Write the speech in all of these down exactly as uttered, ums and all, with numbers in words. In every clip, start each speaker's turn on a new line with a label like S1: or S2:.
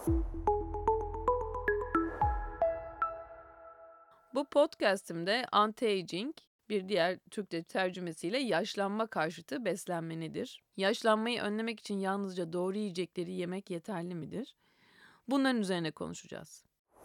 S1: Bu podcast'imde anti-aging, bir diğer Türkçe tercümesiyle yaşlanma karşıtı beslenme nedir? Yaşlanmayı önlemek için yalnızca doğru yiyecekleri yemek yeterli midir? Bunların üzerine konuşacağız.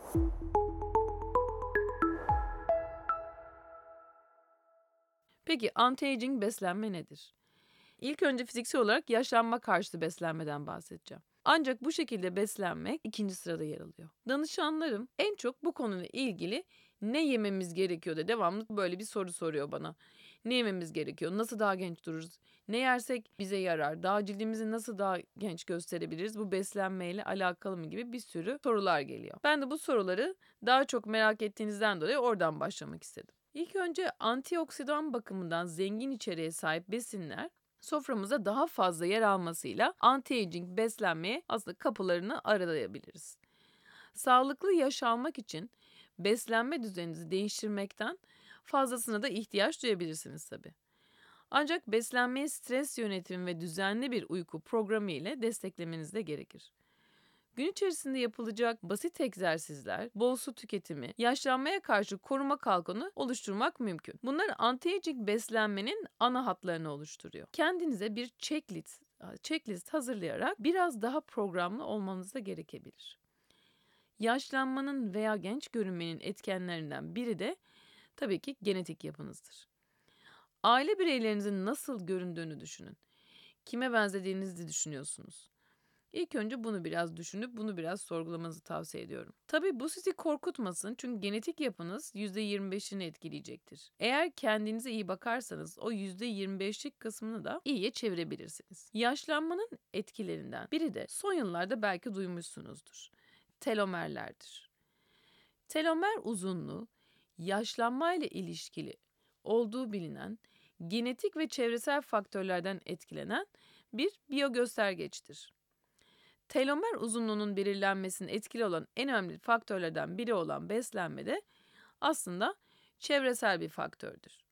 S1: Peki anti-aging beslenme nedir? İlk önce fiziksel olarak yaşlanma karşıtı beslenmeden bahsedeceğim. Ancak bu şekilde beslenmek ikinci sırada yer alıyor. Danışanlarım en çok bu konuyla ilgili ne yememiz gerekiyor da devamlı böyle bir soru soruyor bana. Ne yememiz gerekiyor? Nasıl daha genç dururuz? Ne yersek bize yarar? Daha cildimizi nasıl daha genç gösterebiliriz? Bu beslenmeyle alakalı mı gibi bir sürü sorular geliyor. Ben de bu soruları daha çok merak ettiğinizden dolayı oradan başlamak istedim. İlk önce antioksidan bakımından zengin içeriğe sahip besinler soframıza daha fazla yer almasıyla anti-aging beslenmeye aslında kapılarını aralayabiliriz. Sağlıklı yaş almak için beslenme düzeninizi değiştirmekten fazlasına da ihtiyaç duyabilirsiniz tabii. Ancak beslenmeyi stres yönetimi ve düzenli bir uyku programı ile desteklemeniz de gerekir. Gün içerisinde yapılacak basit egzersizler, bol su tüketimi, yaşlanmaya karşı koruma kalkanı oluşturmak mümkün. Bunlar anti-aging beslenmenin ana hatlarını oluşturuyor. Kendinize bir checklist, checklist hazırlayarak biraz daha programlı olmanız da gerekebilir. Yaşlanmanın veya genç görünmenin etkenlerinden biri de tabii ki genetik yapınızdır. Aile bireylerinizin nasıl göründüğünü düşünün. Kime benzediğinizi düşünüyorsunuz? İlk önce bunu biraz düşünüp bunu biraz sorgulamanızı tavsiye ediyorum. Tabii bu sizi korkutmasın çünkü genetik yapınız yüzde yirmi beşini etkileyecektir. Eğer kendinize iyi bakarsanız o yüzde yirmi beşlik kısmını da iyiye çevirebilirsiniz. Yaşlanmanın etkilerinden biri de son yıllarda belki duymuşsunuzdur. Telomerlerdir. Telomer uzunluğu yaşlanmayla ilişkili olduğu bilinen genetik ve çevresel faktörlerden etkilenen bir biyogöstergeçtir. Telomer uzunluğunun belirlenmesinin etkili olan en önemli faktörlerden biri olan beslenme de aslında çevresel bir faktördür.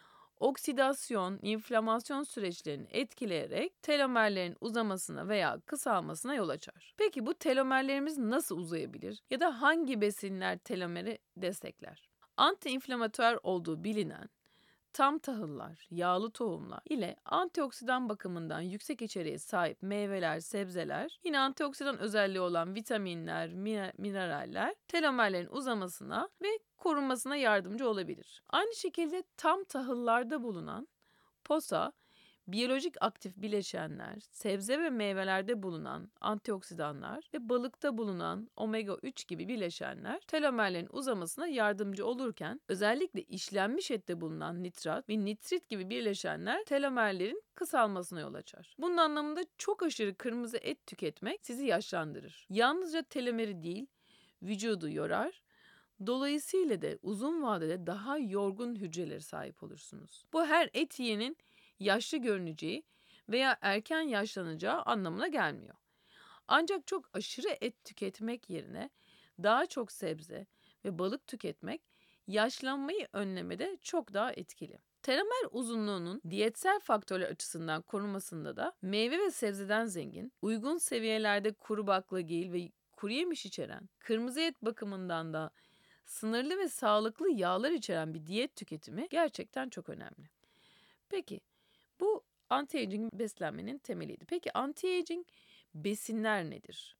S1: Oksidasyon, inflamasyon süreçlerini etkileyerek telomerlerin uzamasına veya kısalmasına yol açar. Peki bu telomerlerimiz nasıl uzayabilir ya da hangi besinler telomeri destekler? Antiinflamatuar olduğu bilinen tam tahıllar, yağlı tohumlar ile antioksidan bakımından yüksek içeriğe sahip meyveler, sebzeler, yine antioksidan özelliği olan vitaminler, mineraller telomerlerin uzamasına ve korunmasına yardımcı olabilir. Aynı şekilde tam tahıllarda bulunan posa, biyolojik aktif bileşenler, sebze ve meyvelerde bulunan antioksidanlar ve balıkta bulunan omega üç gibi bileşenler telomerlerin uzamasına yardımcı olurken özellikle işlenmiş ette bulunan nitrat ve nitrit gibi bileşenler telomerlerin kısalmasına yol açar. Bunun anlamında çok aşırı kırmızı et tüketmek sizi yaşlandırır. Yalnızca telomeri değil, vücudu yorar. Dolayısıyla da uzun vadede daha yorgun hücrelere sahip olursunuz. Bu her et yiyenin yaşlı görüneceği veya erken yaşlanacağı anlamına gelmiyor. Ancak çok aşırı et tüketmek yerine daha çok sebze ve balık tüketmek yaşlanmayı önlemede çok daha etkili. Telomer uzunluğunun diyetsel faktörler açısından korunmasında da meyve ve sebzeden zengin, uygun seviyelerde kuru baklagil ve kuru yemiş içeren, kırmızı et bakımından da sınırlı ve sağlıklı yağlar içeren bir diyet tüketimi gerçekten çok önemli. Peki bu anti-aging beslenmenin temeliydi. Peki anti-aging besinler nedir?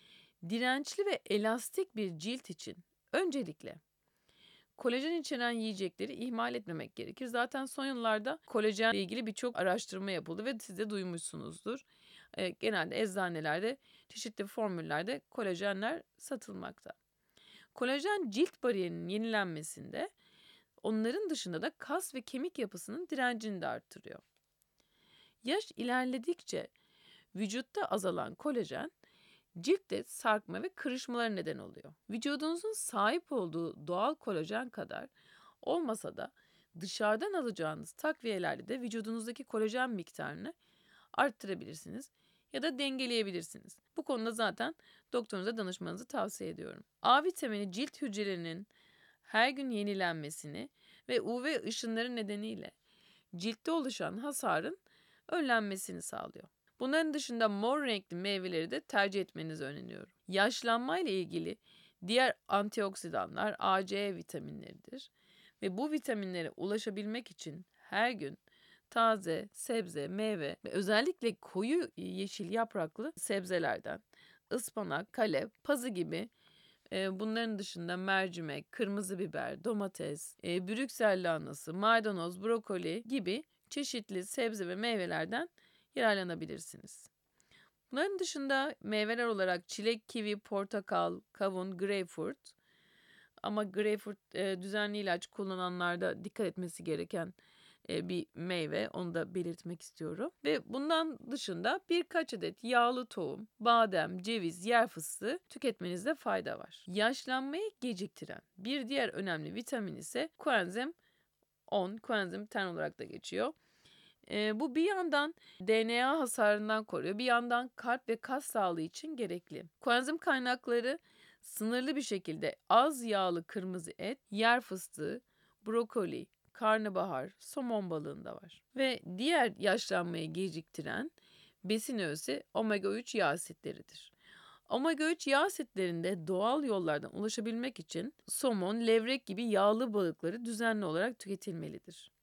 S1: Dirençli ve elastik bir cilt için öncelikle kolajen içeren yiyecekleri ihmal etmemek gerekir. Zaten son yıllarda kolajenle ilgili birçok araştırma yapıldı ve siz de duymuşsunuzdur. E, genelde eczanelerde çeşitli formüllerde kolajenler satılmakta. Kolajen cilt bariyerinin yenilenmesinde, onların dışında da kas ve kemik yapısının direncini de arttırıyor. Yaş ilerledikçe vücutta azalan kolajen ciltte sarkma ve kırışmalara neden oluyor. Vücudunuzun sahip olduğu doğal kolajen kadar olmasa da dışarıdan alacağınız takviyelerde de vücudunuzdaki kolajen miktarını arttırabilirsiniz ya da dengeleyebilirsiniz. Bu konuda zaten doktorunuza danışmanızı tavsiye ediyorum. A vitamini cilt hücrelerinin her gün yenilenmesini ve U V ışınları nedeniyle ciltte oluşan hasarın önlenmesini sağlıyor. Bunların dışında mor renkli meyveleri de tercih etmenizi öneriyorum. Yaşlanma ile ilgili diğer antioksidanlar A, C vitaminleridir. Ve bu vitaminlere ulaşabilmek için her gün taze sebze, meyve ve özellikle koyu yeşil yapraklı sebzelerden ıspanak, kalep, pazı gibi, e, bunların dışında mercimek, kırmızı biber, domates, e, Brüksel lahanası, maydanoz, brokoli gibi çeşitli sebze ve meyvelerden yararlanabilirsiniz. Bunların dışında meyveler olarak çilek, kivi, portakal, kavun, greyfurt, ama greyfurt e, düzenli ilaç kullananlarda dikkat etmesi gereken e, bir meyve, onu da belirtmek istiyorum. Ve bundan dışında birkaç adet yağlı tohum, badem, ceviz, yer fıstığı tüketmenizde fayda var. Yaşlanmayı geciktiren bir diğer önemli vitamin ise koenzim on, koenzim on olarak da geçiyor. E, bu bir yandan D N A hasarından koruyor, bir yandan kalp ve kas sağlığı için gerekli. Koenzim kaynakları sınırlı bir şekilde az yağlı kırmızı et, yer fıstığı, brokoli, karnabahar, somon balığında var. Ve diğer yaşlanmayı geciktiren besin öğesi omega üç yağ asitleridir. Omega üç yağ asitlerinde doğal yollardan ulaşabilmek için somon, levrek gibi yağlı balıkları düzenli olarak tüketilmelidir.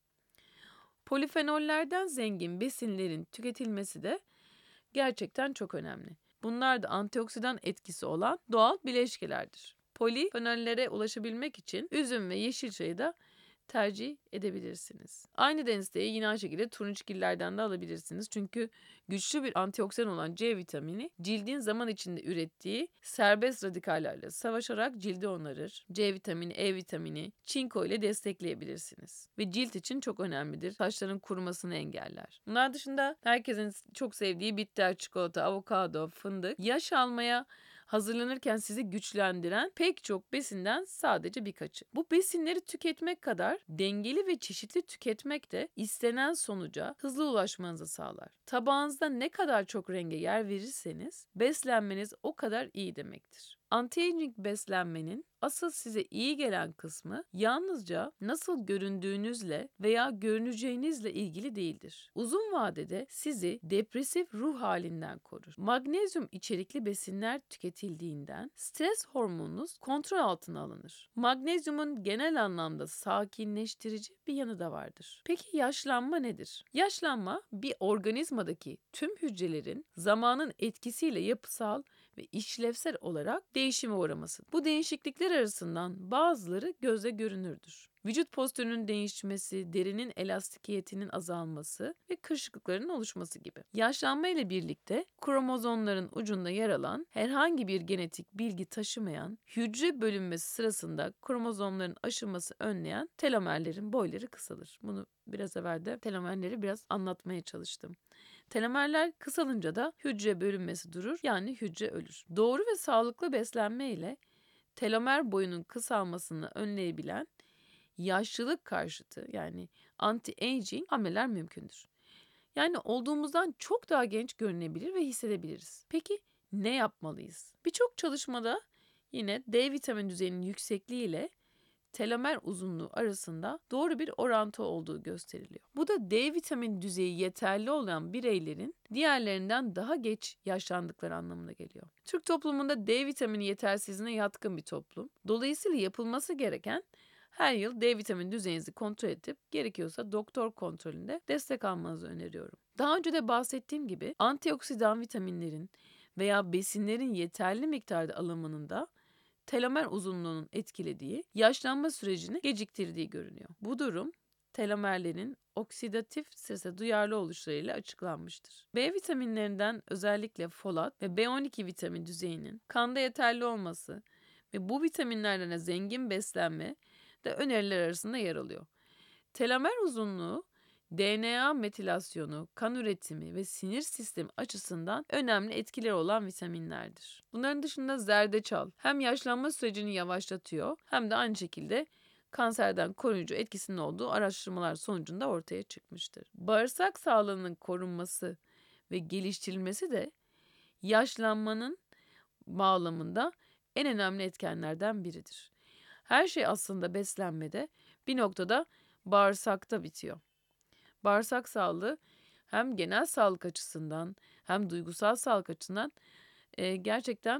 S1: Polifenollerden zengin besinlerin tüketilmesi de gerçekten çok önemli. Bunlar da antioksidan etkisi olan doğal bileşkelerdir. Polifenollere ulaşabilmek için üzüm ve yeşil çayı da tercih edebilirsiniz. Aynı desteği yine aynı şekilde turunçgillerden de alabilirsiniz. Çünkü güçlü bir antioksidan olan C vitamini cildin zaman içinde ürettiği serbest radikallerle savaşarak cildi onarır. C vitamini, E vitamini, çinko ile destekleyebilirsiniz. Ve cilt için çok önemlidir. Saçların kurumasını engeller. Bunlar dışında herkesin çok sevdiği bitter çikolata, avokado, fındık, yaş almaya hazırlanırken sizi güçlendiren pek çok besinden sadece birkaçı. Bu besinleri tüketmek kadar dengeli ve çeşitli tüketmek de istenen sonuca hızlı ulaşmanızı sağlar. Tabağınızda ne kadar çok renge yer verirseniz beslenmeniz o kadar iyi demektir. Anti-aging beslenmenin asıl size iyi gelen kısmı yalnızca nasıl göründüğünüzle veya görüneceğinizle ilgili değildir. Uzun vadede sizi depresif ruh halinden korur. Magnezyum içerikli besinler tüketildiğinden stres hormonunuz kontrol altına alınır. Magnezyumun genel anlamda sakinleştirici bir yanı da vardır. Peki yaşlanma nedir? Yaşlanma bir organizmadaki tüm hücrelerin zamanın etkisiyle yapısal ve işlevsel olarak değişime uğraması. Bu değişiklikler arasından bazıları gözle görünürdür. Vücut postürünün değişmesi, derinin elastikiyetinin azalması ve kırışıklıkların oluşması gibi. Yaşlanma ile birlikte kromozomların ucunda yer alan herhangi bir genetik bilgi taşımayan, hücre bölünmesi sırasında kromozomların aşınması önleyen telomerlerin boyları kısalır. Bunu biraz evvel de telomerleri biraz anlatmaya çalıştım. Telomerler kısalınca da hücre bölünmesi durur, yani hücre ölür. Doğru ve sağlıklı beslenme ile telomer boyunun kısalmasını önleyebilen yaşlılık karşıtı, yani anti-aging hamleler mümkündür. Yani olduğumuzdan çok daha genç görünebilir ve hissedebiliriz. Peki ne yapmalıyız? Birçok çalışmada yine D vitamini düzeyinin yüksekliği ile telomer uzunluğu arasında doğru bir orantı olduğu gösteriliyor. Bu da D vitamini düzeyi yeterli olan bireylerin diğerlerinden daha geç yaşlandıkları anlamına geliyor. Türk toplumunda D vitamini yetersizliğine yatkın bir toplum. Dolayısıyla yapılması gereken her yıl D vitamini düzeyinizi kontrol edip gerekiyorsa doktor kontrolünde destek almanızı öneriyorum. Daha önce de bahsettiğim gibi antioksidan vitaminlerin veya besinlerin yeterli miktarda alımının da telomer uzunluğunun etkilediği, yaşlanma sürecini geciktirdiği görünüyor. Bu durum telomerlerin oksidatif strese duyarlı oluşlarıyla açıklanmıştır. B vitaminlerinden özellikle folat ve B on iki vitamin düzeyinin kanda yeterli olması ve bu vitaminlerden zengin beslenme de öneriler arasında yer alıyor. Telomer uzunluğu D N A metilasyonu, kan üretimi ve sinir sistemi açısından önemli etkileri olan vitaminlerdir. Bunların dışında zerdeçal hem yaşlanma sürecini yavaşlatıyor hem de aynı şekilde kanserden koruyucu etkisinin olduğu araştırmalar sonucunda ortaya çıkmıştır. Bağırsak sağlığının korunması ve geliştirilmesi de yaşlanmanın bağlamında en önemli etkenlerden biridir. Her şey aslında beslenmede bir noktada bağırsakta bitiyor. Bağırsak sağlığı hem genel sağlık açısından hem duygusal sağlık açısından e, gerçekten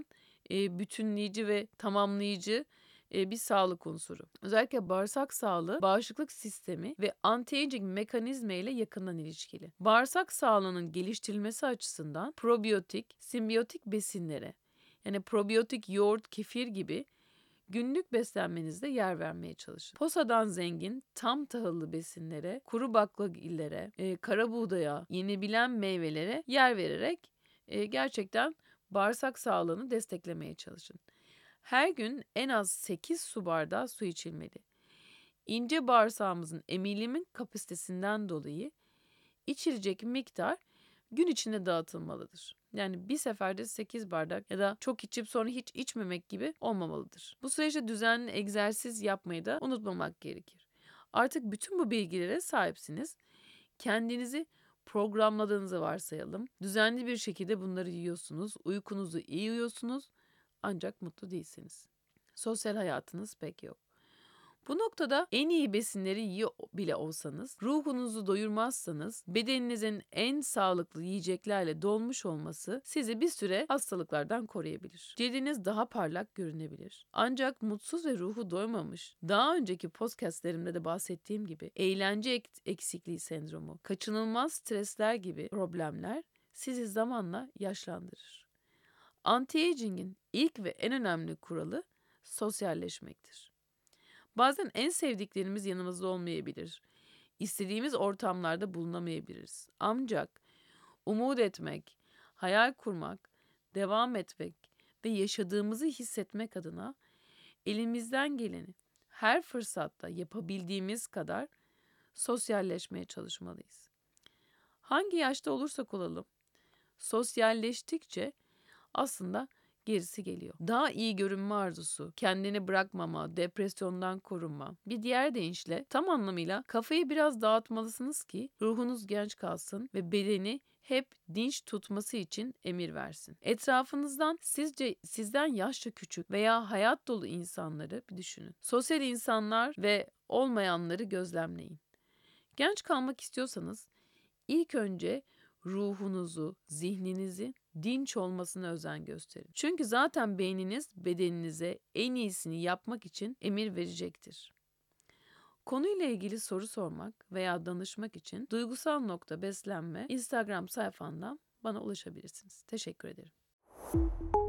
S1: e, bütünleyici ve tamamlayıcı e, bir sağlık unsuru. Özellikle bağırsak sağlığı, bağışıklık sistemi ve anti-aging mekanizma ile yakından ilişkili. Bağırsak sağlığının geliştirilmesi açısından probiyotik, simbiyotik besinlere, yani probiyotik yoğurt, kefir gibi günlük beslenmenizde yer vermeye çalışın. Posadan zengin, tam tahıllı besinlere, kuru baklagillere, e, kara buğdaya, yenebilen meyvelere yer vererek e, gerçekten bağırsak sağlığını desteklemeye çalışın. Her gün en az sekiz su bardağı su içilmeli. İnce bağırsağımızın emilimin kapasitesinden dolayı içilecek miktar gün içinde dağıtılmalıdır. Yani bir seferde sekiz bardak ya da çok içip sonra hiç içmemek gibi olmamalıdır. Bu süreçte düzenli egzersiz yapmayı da unutmamak gerekir. Artık bütün bu bilgilere sahipsiniz. Kendinizi programladığınızı varsayalım. Düzenli bir şekilde bunları yiyorsunuz. Uykunuzu iyi uyuyorsunuz. Ancak mutlu değilsiniz. Sosyal hayatınız pek yok. Bu noktada en iyi besinleri yiyor bile olsanız, ruhunuzu doyurmazsanız, bedeninizin en sağlıklı yiyeceklerle dolmuş olması sizi bir süre hastalıklardan koruyabilir. Cildiniz daha parlak görünebilir. Ancak mutsuz ve ruhu doymamış, daha önceki podcastlerimde de bahsettiğim gibi eğlence eksikliği sendromu, kaçınılmaz stresler gibi problemler sizi zamanla yaşlandırır. Anti-aging'in ilk ve en önemli kuralı sosyalleşmektir. Bazen en sevdiklerimiz yanımızda olmayabilir. İstediğimiz ortamlarda bulunamayabiliriz. Ancak umut etmek, hayal kurmak, devam etmek ve yaşadığımızı hissetmek adına elimizden geleni her fırsatta yapabildiğimiz kadar sosyalleşmeye çalışmalıyız. Hangi yaşta olursak olalım, sosyalleştikçe aslında gerisi geliyor. Daha iyi görünme arzusu, kendini bırakmama, depresyondan korunma. Bir diğer deyişle tam anlamıyla kafayı biraz dağıtmalısınız ki ruhunuz genç kalsın ve bedeni hep dinç tutması için emir versin. Etrafınızdan sizce sizden yaşça küçük veya hayat dolu insanları bir düşünün. Sosyal insanlar ve olmayanları gözlemleyin. Genç kalmak istiyorsanız ilk önce ruhunuzu, zihninizi dinç olmasına özen gösterin. Çünkü zaten beyniniz bedeninize en iyisini yapmak için emir verecektir. Konuyla ilgili soru sormak veya danışmak için duygusal nokta beslenme Instagram sayfamdan bana ulaşabilirsiniz. Teşekkür ederim.